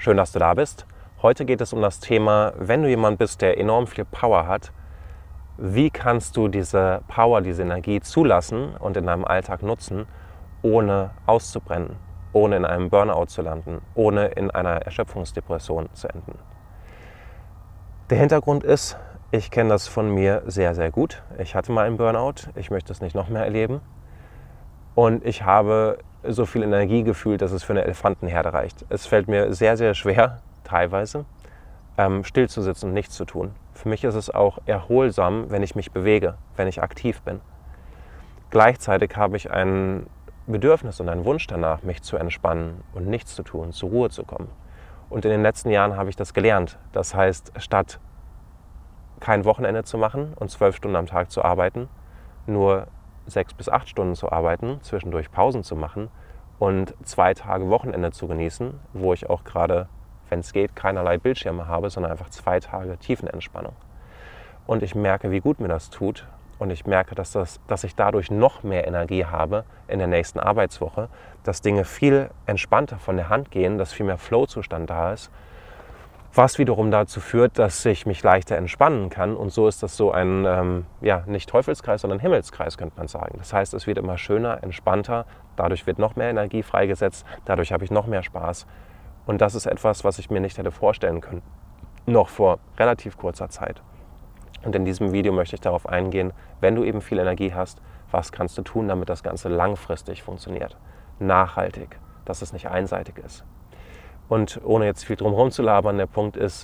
Schön, dass du da bist. Heute geht es um das Thema, wenn du jemand bist, der enorm viel Power hat, wie kannst du diese Power, diese Energie zulassen und in deinem Alltag nutzen, ohne auszubrennen, ohne in einem Burnout zu landen, ohne in einer Erschöpfungsdepression zu enden. Der Hintergrund ist, ich kenne das von mir sehr, sehr gut. Ich hatte mal einen Burnout, ich möchte es nicht noch mehr erleben. Und ich habe so viel Energie gefühlt, dass es für eine Elefantenherde reicht. Es fällt mir sehr, sehr schwer, teilweise, still zu sitzen und nichts zu tun. Für mich ist es auch erholsam, wenn ich mich bewege, wenn ich aktiv bin. Gleichzeitig habe ich ein Bedürfnis und einen Wunsch danach, mich zu entspannen und nichts zu tun, zur Ruhe zu kommen. Und in den letzten Jahren habe ich das gelernt. Das heißt, statt kein Wochenende zu machen und 12 Stunden am Tag zu arbeiten, nur 6 bis 8 Stunden zu arbeiten, zwischendurch Pausen zu machen und 2 Tage Wochenende zu genießen, wo ich auch gerade, wenn es geht, keinerlei Bildschirme habe, sondern einfach 2 Tage Tiefenentspannung. Und ich merke, wie gut mir das tut und ich merke, dass ich dadurch noch mehr Energie habe in der nächsten Arbeitswoche, dass Dinge viel entspannter von der Hand gehen, dass viel mehr Flow-Zustand da ist, was wiederum dazu führt, dass ich mich leichter entspannen kann. Und so ist das so ein, nicht Teufelskreis, sondern Himmelskreis, könnte man sagen. Das heißt, es wird immer schöner, entspannter, dadurch wird noch mehr Energie freigesetzt, dadurch habe ich noch mehr Spaß. Und das ist etwas, was ich mir nicht hätte vorstellen können, noch vor relativ kurzer Zeit. Und in diesem Video möchte ich darauf eingehen, wenn du eben viel Energie hast, was kannst du tun, damit das Ganze langfristig funktioniert, nachhaltig, dass es nicht einseitig ist. Und ohne jetzt viel drum herum zu labern, der Punkt ist,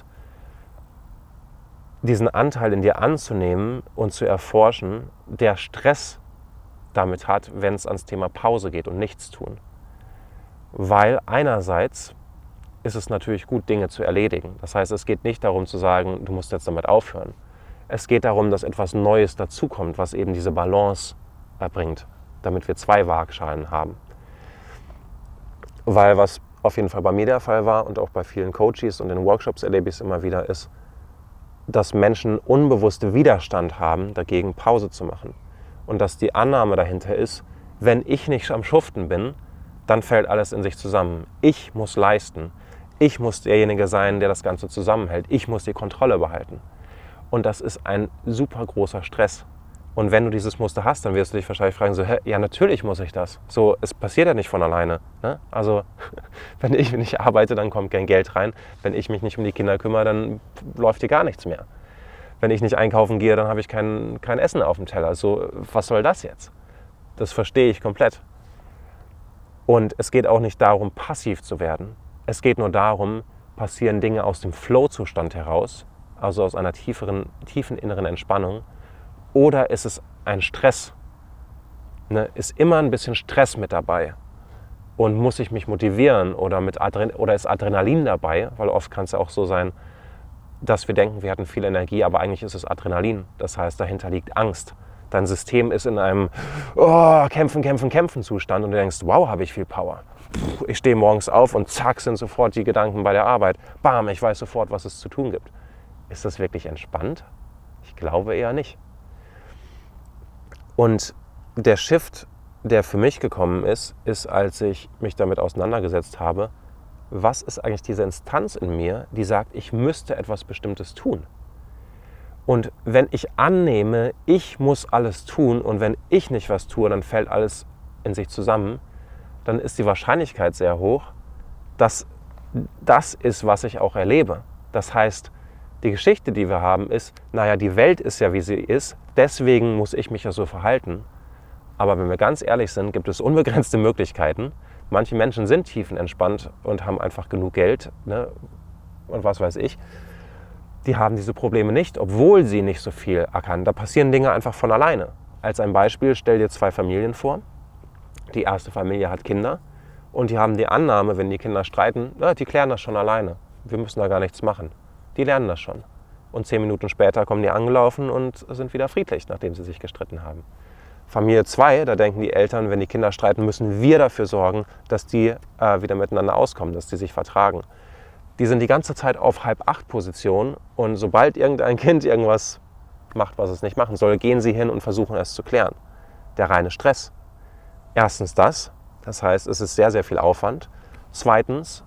diesen Anteil in dir anzunehmen und zu erforschen, der Stress damit hat, wenn es ans Thema Pause geht und nichts tun. Weil einerseits ist es natürlich gut, Dinge zu erledigen. Das heißt, es geht nicht darum zu sagen, du musst jetzt damit aufhören. Es geht darum, dass etwas Neues dazukommt, was eben diese Balance erbringt, damit wir 2 Waagschalen haben. Weil was auf jeden Fall bei mir der Fall war und auch bei vielen Coaches und in Workshops erlebe ich es immer wieder, ist, dass Menschen unbewusste Widerstand haben, dagegen Pause zu machen. Und dass die Annahme dahinter ist, wenn ich nicht am Schuften bin, dann fällt alles in sich zusammen. Ich muss leisten. Ich muss derjenige sein, der das Ganze zusammenhält. Ich muss die Kontrolle behalten. Und das ist ein super großer Stress. Und wenn du dieses Muster hast, dann wirst du dich wahrscheinlich fragen, so, ja, natürlich muss ich das. So, es passiert ja nicht von alleine. Ne? Also, wenn ich nicht arbeite, dann kommt kein Geld rein. Wenn ich mich nicht um die Kinder kümmere, dann läuft hier gar nichts mehr. Wenn ich nicht einkaufen gehe, dann habe ich kein Essen auf dem Teller. So, was soll das jetzt? Das verstehe ich komplett. Und es geht auch nicht darum, passiv zu werden. Es geht nur darum, passieren Dinge aus dem Flow-Zustand heraus, also aus einer tiefen inneren Entspannung. Oder ist es ein Stress? Ne? Ist immer ein bisschen Stress mit dabei? Und muss ich mich motivieren oder ist Adrenalin dabei? Weil oft kann es ja auch so sein, dass wir denken, wir hatten viel Energie, aber eigentlich ist es Adrenalin. Das heißt, dahinter liegt Angst. Dein System ist in einem Kämpfen Zustand und du denkst, wow, habe ich viel Power. Ich stehe morgens auf und zack, sind sofort die Gedanken bei der Arbeit. Bam, ich weiß sofort, was es zu tun gibt. Ist das wirklich entspannt? Ich glaube eher nicht. Und der Shift, der für mich gekommen ist, als ich mich damit auseinandergesetzt habe, was ist eigentlich diese Instanz in mir, die sagt, ich müsste etwas Bestimmtes tun. Und wenn ich annehme, ich muss alles tun und wenn ich nicht was tue, dann fällt alles in sich zusammen, dann ist die Wahrscheinlichkeit sehr hoch, dass das ist, was ich auch erlebe. Das heißt, die Geschichte, die wir haben, ist, naja, die Welt ist ja, wie sie ist, deswegen muss ich mich ja so verhalten. Aber wenn wir ganz ehrlich sind, gibt es unbegrenzte Möglichkeiten. Manche Menschen sind tiefenentspannt und haben einfach genug Geld, ne? Und was weiß ich. Die haben diese Probleme nicht, obwohl sie nicht so viel ackern. Da passieren Dinge einfach von alleine. Als ein Beispiel, stell dir 2 Familien vor. Die erste Familie hat Kinder und die haben die Annahme, wenn die Kinder streiten, die klären das schon alleine. Wir müssen da gar nichts machen. Die lernen das schon. Und 10 Minuten später kommen die angelaufen und sind wieder friedlich, nachdem sie sich gestritten haben. Familie 2, da denken die Eltern, wenn die Kinder streiten, müssen wir dafür sorgen, dass die wieder miteinander auskommen, dass die sich vertragen. Die sind die ganze Zeit auf 7:30-Position und sobald irgendein Kind irgendwas macht, was es nicht machen soll, gehen sie hin und versuchen es zu klären. Der reine Stress. Erstens das heißt, es ist sehr, sehr viel Aufwand. Zweitens,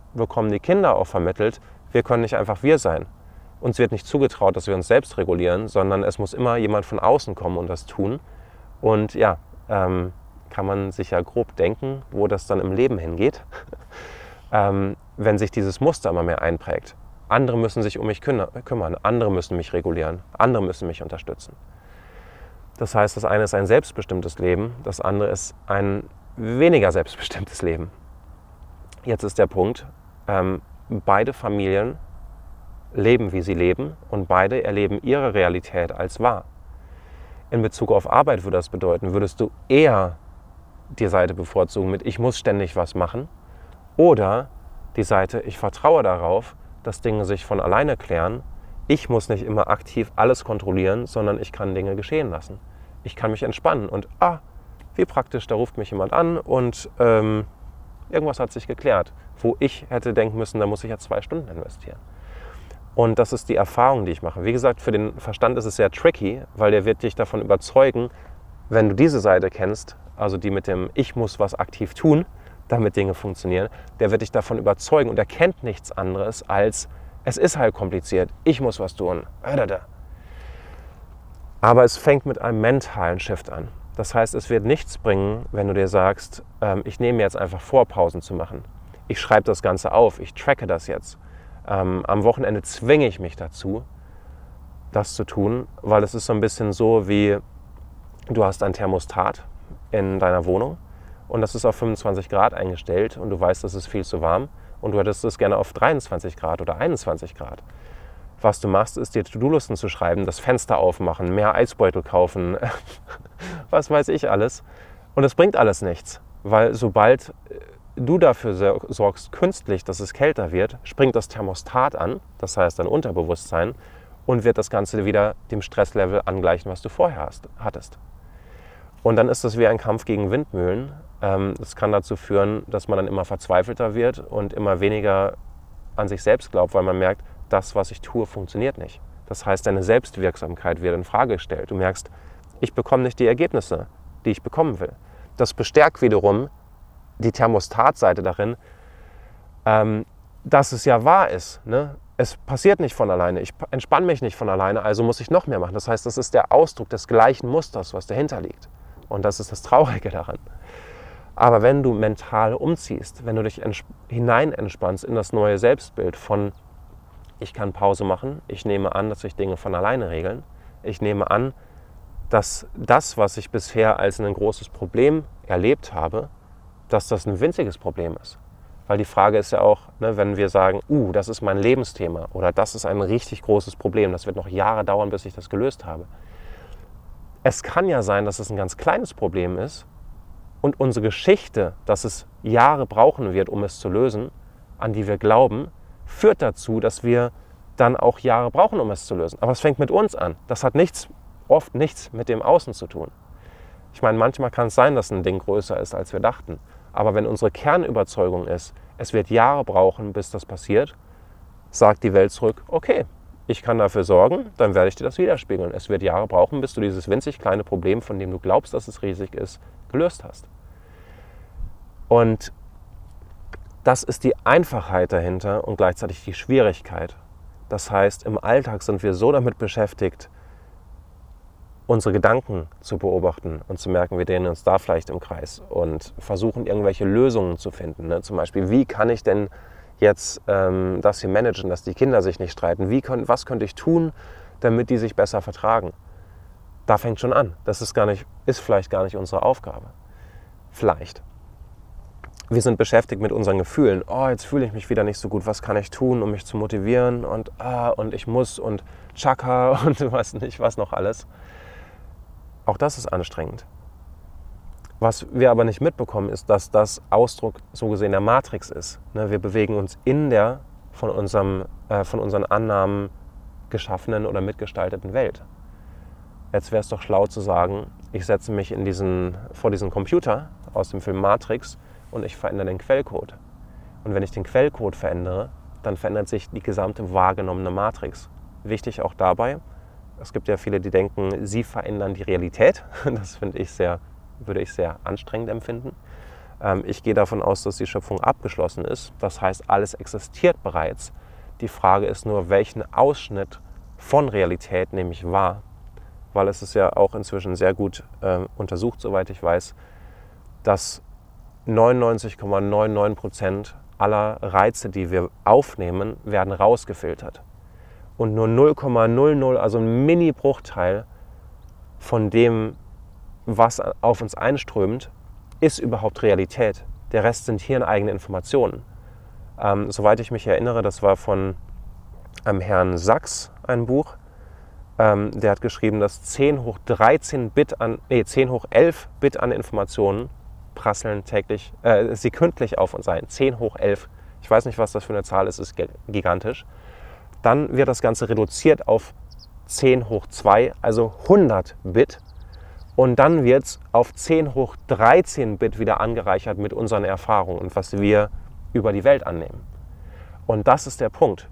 bekommen die Kinder auch vermittelt, wir können nicht einfach wir sein. Uns wird nicht zugetraut, dass wir uns selbst regulieren, sondern es muss immer jemand von außen kommen und das tun. Und ja, kann man sich ja grob denken, wo das dann im Leben hingeht, wenn sich dieses Muster immer mehr einprägt. Andere müssen sich um mich kümmern, andere müssen mich regulieren, andere müssen mich unterstützen. Das heißt, das eine ist ein selbstbestimmtes Leben, das andere ist ein weniger selbstbestimmtes Leben. Jetzt ist der Punkt, beide Familien leben, wie sie leben, und beide erleben ihre Realität als wahr. In Bezug auf Arbeit würde das bedeuten, würdest du eher die Seite bevorzugen mit ich muss ständig was machen oder die Seite ich vertraue darauf, dass Dinge sich von alleine klären, ich muss nicht immer aktiv alles kontrollieren, sondern ich kann Dinge geschehen lassen. Ich kann mich entspannen und wie praktisch, da ruft mich jemand an und irgendwas hat sich geklärt, wo ich hätte denken müssen, da muss ich ja 2 Stunden investieren. Und das ist die Erfahrung, die ich mache. Wie gesagt, für den Verstand ist es sehr tricky, weil der wird dich davon überzeugen, wenn du diese Seite kennst, also die mit dem ich muss was aktiv tun, damit Dinge funktionieren, der wird dich davon überzeugen und er kennt nichts anderes als, es ist halt kompliziert, ich muss was tun. Aber es fängt mit einem mentalen Shift an. Das heißt, es wird nichts bringen, wenn du dir sagst, ich nehme mir jetzt einfach vor, Pausen zu machen. Ich schreibe das Ganze auf, ich tracke das jetzt. Am Wochenende zwinge ich mich dazu, das zu tun, weil es ist so ein bisschen so wie, du hast ein Thermostat in deiner Wohnung und das ist auf 25 Grad eingestellt und du weißt, das ist viel zu warm und du hättest es gerne auf 23 Grad oder 21 Grad. Was du machst, ist dir To-Do-Listen zu schreiben, das Fenster aufmachen, mehr Eisbeutel kaufen, was weiß ich alles. Und es bringt alles nichts, weil sobald du dafür sorgst künstlich, dass es kälter wird, springt das Thermostat an, das heißt dein Unterbewusstsein, und wird das Ganze wieder dem Stresslevel angleichen, was du vorher hattest. Und dann ist das wie ein Kampf gegen Windmühlen. Das kann dazu führen, dass man dann immer verzweifelter wird und immer weniger an sich selbst glaubt, weil man merkt, das, was ich tue, funktioniert nicht. Das heißt, deine Selbstwirksamkeit wird in Frage gestellt. Du merkst, ich bekomme nicht die Ergebnisse, die ich bekommen will. Das bestärkt wiederum die Thermostatseite darin, dass es ja wahr ist. Ne? Es passiert nicht von alleine, ich entspanne mich nicht von alleine, also muss ich noch mehr machen. Das heißt, das ist der Ausdruck des gleichen Musters, was dahinter liegt. Und das ist das Traurige daran. Aber wenn du mental umziehst, wenn du dich hinein entspannst in das neue Selbstbild von ich kann Pause machen, ich nehme an, dass sich Dinge von alleine regeln, ich nehme an, dass das, was ich bisher als ein großes Problem erlebt habe, dass das ein winziges Problem ist. Weil die Frage ist ja auch, ne, wenn wir sagen, das ist mein Lebensthema oder das ist ein richtig großes Problem, das wird noch Jahre dauern, bis ich das gelöst habe. Es kann ja sein, dass es ein ganz kleines Problem ist und unsere Geschichte, dass es Jahre brauchen wird, um es zu lösen, an die wir glauben, führt dazu, dass wir dann auch Jahre brauchen, um es zu lösen. Aber es fängt mit uns an. Das hat oft nichts mit dem Außen zu tun. Ich meine, manchmal kann es sein, dass ein Ding größer ist, als wir dachten. Aber wenn unsere Kernüberzeugung ist, es wird Jahre brauchen, bis das passiert, sagt die Welt zurück, okay, ich kann dafür sorgen, dann werde ich dir das widerspiegeln. Es wird Jahre brauchen, bis du dieses winzig kleine Problem, von dem du glaubst, dass es riesig ist, gelöst hast. Und das ist die Einfachheit dahinter und gleichzeitig die Schwierigkeit. Das heißt, im Alltag sind wir so damit beschäftigt, unsere Gedanken zu beobachten und zu merken, wir drehen uns da vielleicht im Kreis und versuchen, irgendwelche Lösungen zu finden. Ne? Zum Beispiel, wie kann ich denn jetzt das hier managen, dass die Kinder sich nicht streiten? Was könnte ich tun, damit die sich besser vertragen? Da fängt schon an. Das ist vielleicht gar nicht unsere Aufgabe. Vielleicht. Wir sind beschäftigt mit unseren Gefühlen. Jetzt fühle ich mich wieder nicht so gut. Was kann ich tun, um mich zu motivieren? Und ich muss und Chaka und du weißt nicht, was noch alles. Auch das ist anstrengend. Was wir aber nicht mitbekommen, ist, dass das Ausdruck so gesehen der Matrix ist. Wir bewegen uns in der von unseren Annahmen geschaffenen oder mitgestalteten Welt. Jetzt wäre es doch schlau zu sagen, ich setze mich vor diesen Computer aus dem Film Matrix und ich verändere den Quellcode. Und wenn ich den Quellcode verändere, dann verändert sich die gesamte wahrgenommene Matrix. Wichtig auch dabei, es gibt ja viele, die denken, sie verändern die Realität. Das würde ich sehr anstrengend empfinden. Ich gehe davon aus, dass die Schöpfung abgeschlossen ist. Das heißt, alles existiert bereits. Die Frage ist nur, welchen Ausschnitt von Realität nehme ich wahr? Weil es ist ja auch inzwischen sehr gut untersucht, soweit ich weiß, dass 99,99% aller Reize, die wir aufnehmen, werden rausgefiltert. Und nur 0,00, also ein Mini-Bruchteil von dem, was auf uns einströmt, ist überhaupt Realität. Der Rest sind hirneigene Informationen. Soweit ich mich erinnere, das war von Herrn Sachs ein Buch. Der hat geschrieben, dass 10 hoch 11 Bit an Informationen prasseln sekündlich auf uns ein. 10 hoch 11. Ich weiß nicht, was das für eine Zahl ist, ist gigantisch. Dann wird das Ganze reduziert auf 10 hoch 2, also 100 Bit. Und dann wird es auf 10 hoch 13 Bit wieder angereichert mit unseren Erfahrungen und was wir über die Welt annehmen. Und das ist der Punkt.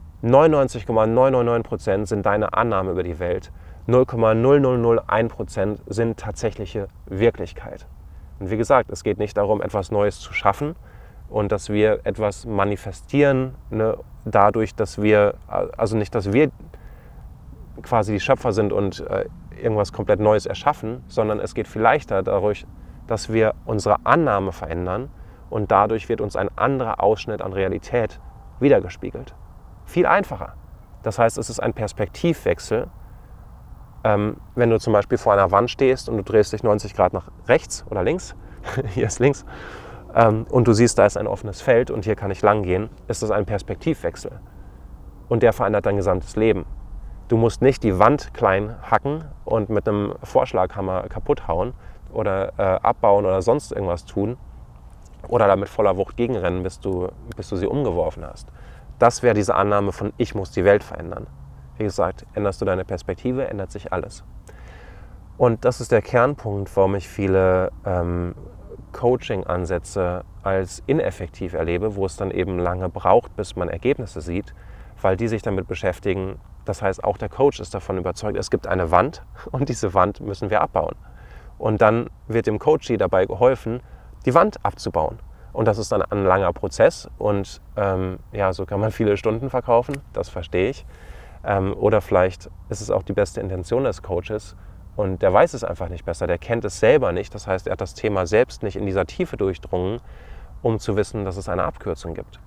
99,999% sind deine Annahmen über die Welt. 0,0001% sind tatsächliche Wirklichkeit. Und wie gesagt, es geht nicht darum, etwas Neues zu schaffen und dass wir etwas manifestieren, ne, dadurch, dass wir, also nicht, dass wir quasi die Schöpfer sind und irgendwas komplett Neues erschaffen, sondern es geht viel leichter dadurch, dass wir unsere Annahme verändern und dadurch wird uns ein anderer Ausschnitt an Realität wiedergespiegelt. Viel einfacher. Das heißt, es ist ein Perspektivwechsel. Wenn du zum Beispiel vor einer Wand stehst und du drehst dich 90 Grad nach rechts oder links, hier ist links, und du siehst, da ist ein offenes Feld und hier kann ich lang gehen, ist das ein Perspektivwechsel. Und der verändert dein gesamtes Leben. Du musst nicht die Wand klein hacken und mit einem Vorschlaghammer kaputt hauen oder abbauen oder sonst irgendwas tun oder damit voller Wucht gegenrennen, bis du sie umgeworfen hast. Das wäre diese Annahme von ich muss die Welt verändern. Wie gesagt, änderst du deine Perspektive, ändert sich alles. Und das ist der Kernpunkt, warum ich viele Coaching-Ansätze als ineffektiv erlebe, wo es dann eben lange braucht, bis man Ergebnisse sieht, weil die sich damit beschäftigen. Das heißt, auch der Coach ist davon überzeugt, es gibt eine Wand und diese Wand müssen wir abbauen. Und dann wird dem Coachee dabei geholfen, die Wand abzubauen. Und das ist dann ein langer Prozess und ja, so kann man viele Stunden verkaufen, das verstehe ich. Oder vielleicht ist es auch die beste Intention des Coaches und der weiß es einfach nicht besser, der kennt es selber nicht. Das heißt, er hat das Thema selbst nicht in dieser Tiefe durchdrungen, um zu wissen, dass es eine Abkürzung gibt.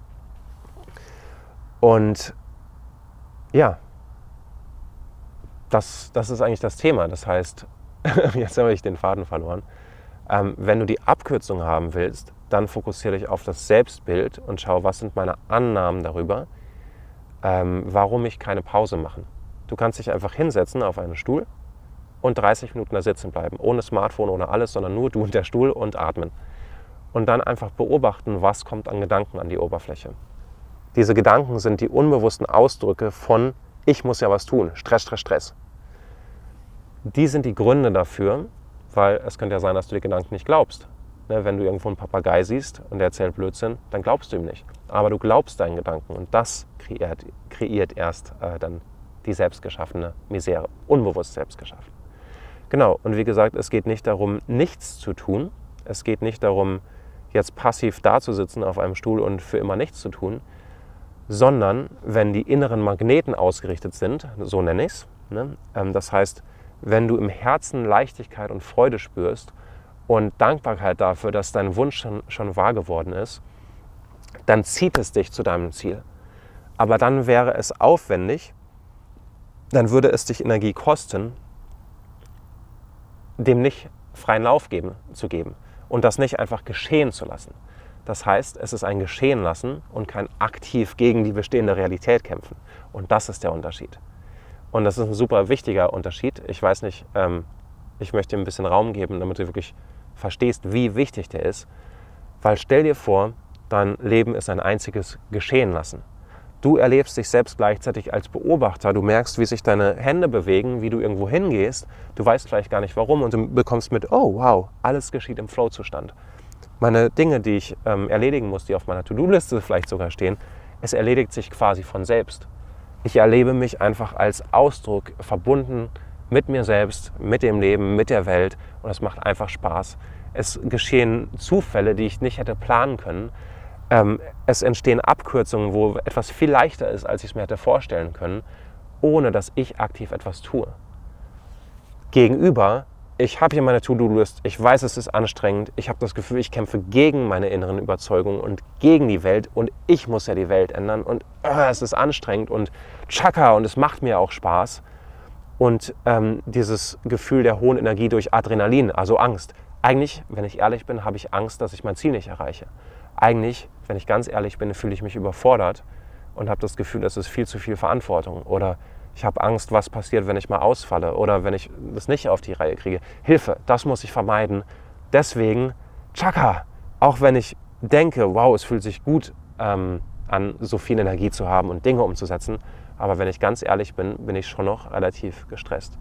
Und ja, das ist eigentlich das Thema. Das heißt, jetzt habe ich den Faden verloren. Wenn du die Abkürzung haben willst, dann fokussiere dich auf das Selbstbild und schau, was sind meine Annahmen darüber, warum ich keine Pause mache. Du kannst dich einfach hinsetzen auf einen Stuhl und 30 Minuten da sitzen bleiben, ohne Smartphone, ohne alles, sondern nur du und der Stuhl und atmen. Und dann einfach beobachten, was kommt an Gedanken an die Oberfläche. Diese Gedanken sind die unbewussten Ausdrücke von ich muss ja was tun, Stress, Stress, Stress. Die sind die Gründe dafür, weil es könnte ja sein, dass du die Gedanken nicht glaubst. Wenn du irgendwo einen Papagei siehst und der erzählt Blödsinn, dann glaubst du ihm nicht. Aber du glaubst deinen Gedanken und das kreiert erst dann die selbstgeschaffene Misere, unbewusst selbst geschaffen. Genau, und wie gesagt, es geht nicht darum, nichts zu tun. Es geht nicht darum, jetzt passiv dazusitzen auf einem Stuhl und für immer nichts zu tun, sondern wenn die inneren Magneten ausgerichtet sind, so nenne ich es, ne? Das heißt, wenn du im Herzen Leichtigkeit und Freude spürst und Dankbarkeit dafür, dass dein Wunsch schon wahr geworden ist, dann zieht es dich zu deinem Ziel. Aber dann wäre es aufwendig, dann würde es dich Energie kosten, dem nicht freien Lauf zu geben und das nicht einfach geschehen zu lassen. Das heißt, es ist ein Geschehen lassen und kein aktiv gegen die bestehende Realität kämpfen. Und das ist der Unterschied. Und das ist ein super wichtiger Unterschied. Ich weiß nicht, ich möchte ihm ein bisschen Raum geben, damit du wirklich verstehst, wie wichtig der ist. Weil stell dir vor, dein Leben ist ein einziges Geschehen lassen. Du erlebst dich selbst gleichzeitig als Beobachter. Du merkst, wie sich deine Hände bewegen, wie du irgendwo hingehst. Du weißt vielleicht gar nicht warum und du bekommst mit, oh wow, alles geschieht im Flow-Zustand. Meine Dinge, die ich erledigen muss, die auf meiner To-Do-Liste vielleicht sogar stehen, es erledigt sich quasi von selbst. Ich erlebe mich einfach als Ausdruck verbunden mit mir selbst, mit dem Leben, mit der Welt und es macht einfach Spaß. Es geschehen Zufälle, die ich nicht hätte planen können. Es entstehen Abkürzungen, wo etwas viel leichter ist, als ich es mir hätte vorstellen können, ohne dass ich aktiv etwas tue. Gegenüber, ich habe hier meine To-Do-List, ich weiß, es ist anstrengend, ich habe das Gefühl, ich kämpfe gegen meine inneren Überzeugungen und gegen die Welt und ich muss ja die Welt ändern und es ist anstrengend und tschakka und es macht mir auch Spaß. Und dieses Gefühl der hohen Energie durch Adrenalin, also Angst. Eigentlich, wenn ich ehrlich bin, habe ich Angst, dass ich mein Ziel nicht erreiche. Eigentlich, wenn ich ganz ehrlich bin, fühle ich mich überfordert und habe das Gefühl, es ist viel zu viel Verantwortung. Oder ich habe Angst, was passiert, wenn ich mal ausfalle oder wenn ich das nicht auf die Reihe kriege. Hilfe, das muss ich vermeiden. Deswegen, tschakka, auch wenn ich denke, wow, es fühlt sich gut an, so viel Energie zu haben und Dinge umzusetzen, aber wenn ich ganz ehrlich bin, bin ich schon noch relativ gestresst.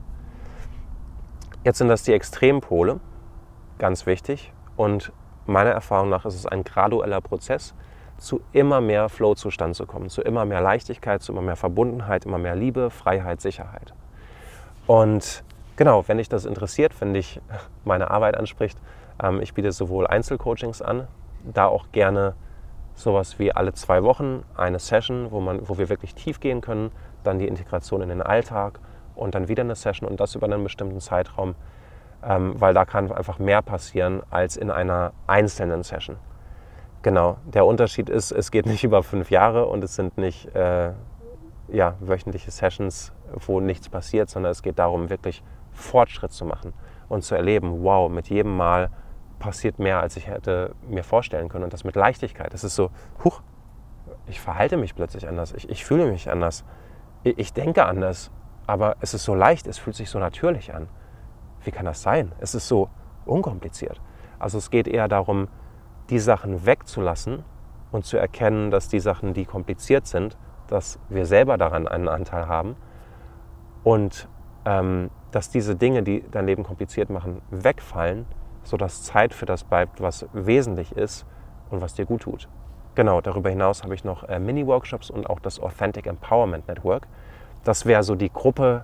Jetzt sind das die Extrempole, ganz wichtig. Und meiner Erfahrung nach ist es ein gradueller Prozess, zu immer mehr Flow-Zustand zu kommen, zu immer mehr Leichtigkeit, zu immer mehr Verbundenheit, immer mehr Liebe, Freiheit, Sicherheit. Und genau, wenn dich das interessiert, wenn dich meine Arbeit anspricht, ich biete sowohl Einzelcoachings an, da auch gerne sowas wie alle 2 Wochen eine Session, wo wir wirklich tief gehen können, dann die Integration in den Alltag und dann wieder eine Session und das über einen bestimmten Zeitraum, weil da kann einfach mehr passieren als in einer einzelnen Session. Genau, der Unterschied ist, es geht nicht über 5 Jahre und es sind nicht wöchentliche Sessions, wo nichts passiert, sondern es geht darum, wirklich Fortschritt zu machen und zu erleben, wow, mit jedem Mal passiert mehr, als ich hätte mir vorstellen können und das mit Leichtigkeit. Es ist so, huch, ich verhalte mich plötzlich anders, ich fühle mich anders, ich denke anders, aber es ist so leicht, es fühlt sich so natürlich an. Wie kann das sein? Es ist so unkompliziert. Also es geht eher darum, die Sachen wegzulassen und zu erkennen, dass die Sachen, die kompliziert sind, dass wir selber daran einen Anteil haben und dass diese Dinge, die dein Leben kompliziert machen, wegfallen, sodass Zeit für das bleibt, was wesentlich ist und was dir gut tut. Genau, darüber hinaus habe ich noch Mini-Workshops und auch das Authentic Empowerment Network. Das wäre so die Gruppe,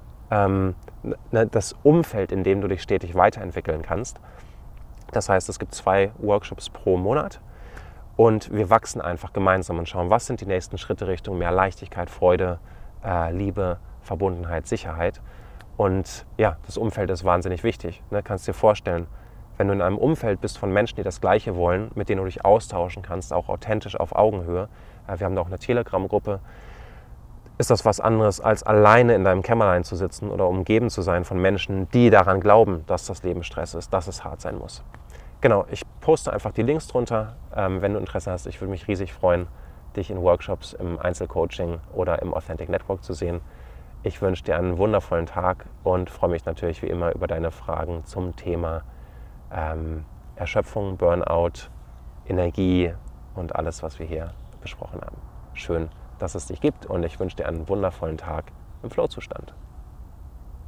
das Umfeld, in dem du dich stetig weiterentwickeln kannst. Das heißt, es gibt 2 Workshops pro Monat und wir wachsen einfach gemeinsam und schauen, was sind die nächsten Schritte Richtung mehr Leichtigkeit, Freude, Liebe, Verbundenheit, Sicherheit. Und ja, das Umfeld ist wahnsinnig wichtig. Ne? Kannst dir vorstellen, wenn du in einem Umfeld bist von Menschen, die das Gleiche wollen, mit denen du dich austauschen kannst, auch authentisch auf Augenhöhe. Wir haben da auch eine Telegram-Gruppe. Ist das was anderes, als alleine in deinem Kämmerlein zu sitzen oder umgeben zu sein von Menschen, die daran glauben, dass das Leben Stress ist, dass es hart sein muss. Genau, ich poste einfach die Links drunter, wenn du Interesse hast. Ich würde mich riesig freuen, dich in Workshops, im Einzelcoaching oder im Authentic Network zu sehen. Ich wünsche dir einen wundervollen Tag und freue mich natürlich wie immer über deine Fragen zum Thema Erschöpfung, Burnout, Energie und alles, was wir hier besprochen haben. Schön, dass es dich gibt und ich wünsche dir einen wundervollen Tag im Flow-Zustand.